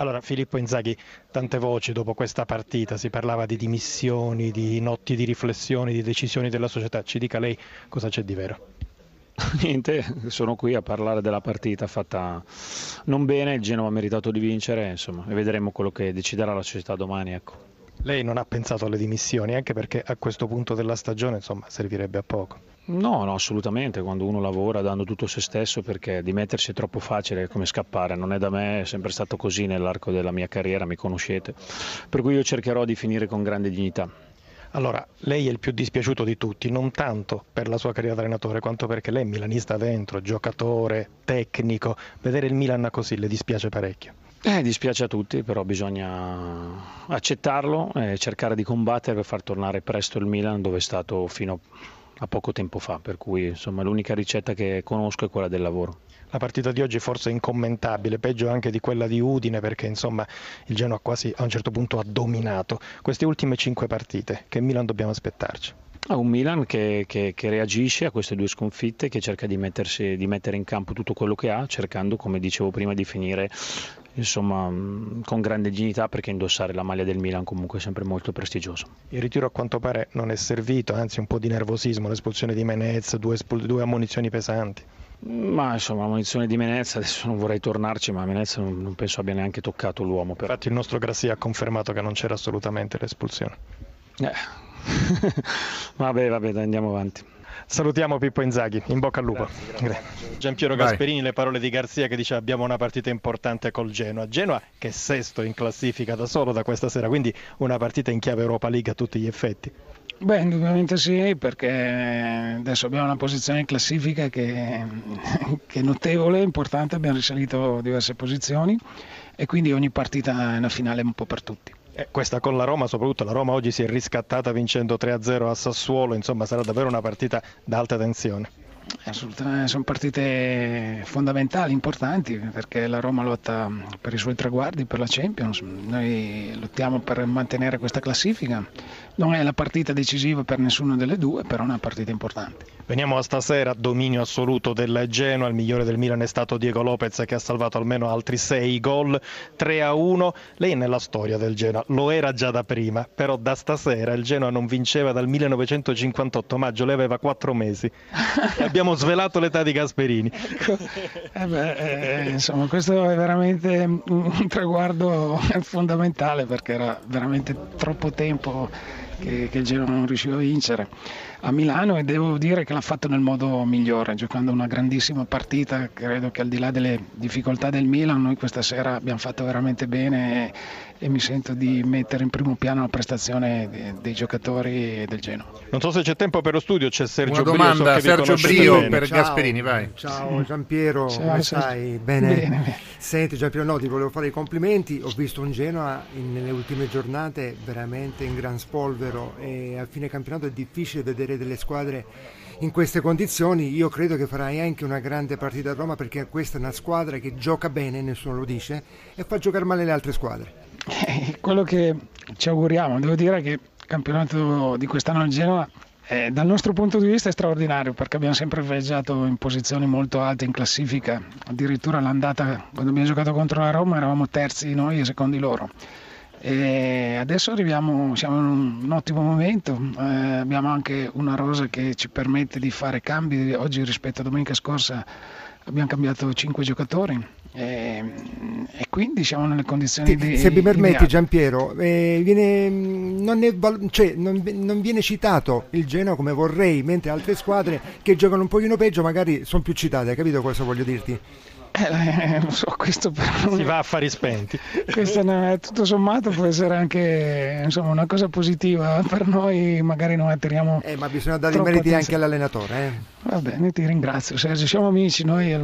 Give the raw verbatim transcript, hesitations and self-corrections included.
Allora, Filippo Inzaghi, tante voci dopo questa partita, si parlava di dimissioni, di notti di riflessioni, di decisioni della società. Ci dica lei cosa c'è di vero? Niente, sono qui a parlare della partita fatta non bene, il Genoa ha meritato di vincere, insomma, e vedremo quello che deciderà la società domani, ecco. Lei non ha pensato alle dimissioni, anche perché a questo punto della stagione, insomma, servirebbe a poco. No, no, assolutamente, quando uno lavora dando tutto se stesso, perché dimettersi è troppo facile, è come scappare, non è da me, è sempre stato così nell'arco della mia carriera, mi conoscete, per cui io cercherò di finire con grande dignità. Allora, lei è il più dispiaciuto di tutti, non tanto per la sua carriera da allenatore, quanto perché lei è milanista dentro, giocatore, tecnico. Vedere il Milan così le dispiace parecchio. Eh, dispiace a tutti, però bisogna accettarlo e cercare di combattere per far tornare presto il Milan dove è stato fino a poco tempo fa, per cui insomma l'unica ricetta che conosco è quella del lavoro. La partita di oggi forse è incommentabile, peggio anche di quella di Udine, perché insomma il Genoa quasi a un certo punto ha dominato. Queste ultime cinque partite, che Milan dobbiamo aspettarci? Ha un Milan che, che, che reagisce a queste due sconfitte, che cerca di, mettersi, di mettere in campo tutto quello che ha, cercando, come dicevo prima, di finire insomma con grande dignità, perché indossare la maglia del Milan comunque è sempre molto prestigioso. Il ritiro a quanto pare non è servito, anzi un po' di nervosismo, l'espulsione di Menez, due, espul- due ammonizioni pesanti. Ma insomma la munizione di Menez, adesso non vorrei tornarci, ma Menez non, non penso abbia neanche toccato l'uomo. Però. Infatti il nostro Grassi ha confermato che non c'era assolutamente l'espulsione. Eh. vabbè, vabbè, dai, andiamo avanti. Salutiamo Pippo Inzaghi, in bocca al lupo. Grazie, grazie. Giampiero Vai. Gasperini, le parole di Garzia che dice abbiamo una partita importante col Genoa. Genoa che è sesto in classifica da solo da questa sera, quindi una partita in chiave Europa League a tutti gli effetti. Beh, indubbiamente sì, perché adesso abbiamo una posizione in classifica che, che è notevole, importante, abbiamo risalito diverse posizioni e quindi ogni partita è una finale un po' per tutti. Eh, questa con la Roma, soprattutto la Roma oggi si è riscattata vincendo tre a zero a Sassuolo, insomma sarà davvero una partita d'alta tensione. Assolutamente, sono partite fondamentali, importanti, perché la Roma lotta per i suoi traguardi, per la Champions, noi lottiamo per mantenere questa classifica, non è la partita decisiva per nessuna delle due, però è una partita importante. Veniamo a stasera, dominio assoluto del Genoa, il migliore del Milan è stato Diego Lopez che ha salvato almeno altri sei gol, tre a uno, lei è nella storia del Genoa, lo era già da prima, però da stasera il Genoa non vinceva dal millenovecentocinquantotto, maggio, lei aveva quattro mesi, abbiamo svelato l'età di Gasperini. Ecco. Eh beh, eh, insomma questo è veramente un traguardo fondamentale perché era veramente troppo tempo che, che il Genoa non riusciva a vincere a Milano e devo dire che l'ha fatto nel modo migliore, giocando una grandissima partita. Credo che al di là delle difficoltà del Milan noi questa sera abbiamo fatto veramente bene e, e mi sento di mettere in primo piano la prestazione dei, dei giocatori del Genoa. Non so se c'è tempo per lo studio, c'è Sergio Una Brio. domanda, so Sergio Brio per Ciao. Gasperini, vai. Ciao Giampiero, Ciao, come Sergio. stai? Bene. Bene, bene. Senti Giampiero, no, ti volevo fare i complimenti, ho visto un Genoa in, nelle ultime giornate veramente in gran spolvero e a fine campionato è difficile vedere delle squadre in queste condizioni. Io credo che farai anche una grande partita a Roma perché questa è una squadra che gioca bene, nessuno lo dice, e fa giocare male le altre squadre. Eh, quello che ci auguriamo, devo dire che il campionato di quest'anno al Genoa eh, dal nostro punto di vista è straordinario perché abbiamo sempre viaggiato in posizioni molto alte in classifica, addirittura l'andata quando abbiamo giocato contro la Roma eravamo terzi noi e secondi loro. E adesso arriviamo, siamo in un, un ottimo momento, eh, abbiamo anche una rosa che ci permette di fare cambi. Oggi rispetto a domenica scorsa abbiamo cambiato cinque giocatori e, e quindi siamo nelle condizioni Ti, di se mi permetti ideali. Giampiero, eh, viene, non, è, cioè, non, non viene citato il Genoa come vorrei, mentre altre squadre che giocano un pochino peggio magari sono più citate, hai capito cosa voglio dirti? Eh, non so, questo però Si va a affari spenti. questo è, tutto sommato può essere anche insomma, una cosa positiva per noi, magari non attiriamo Eh, ma bisogna dare i troppa meriti attenzione. anche all'allenatore. Eh. Va bene, ti ringrazio Sergio, siamo amici noi.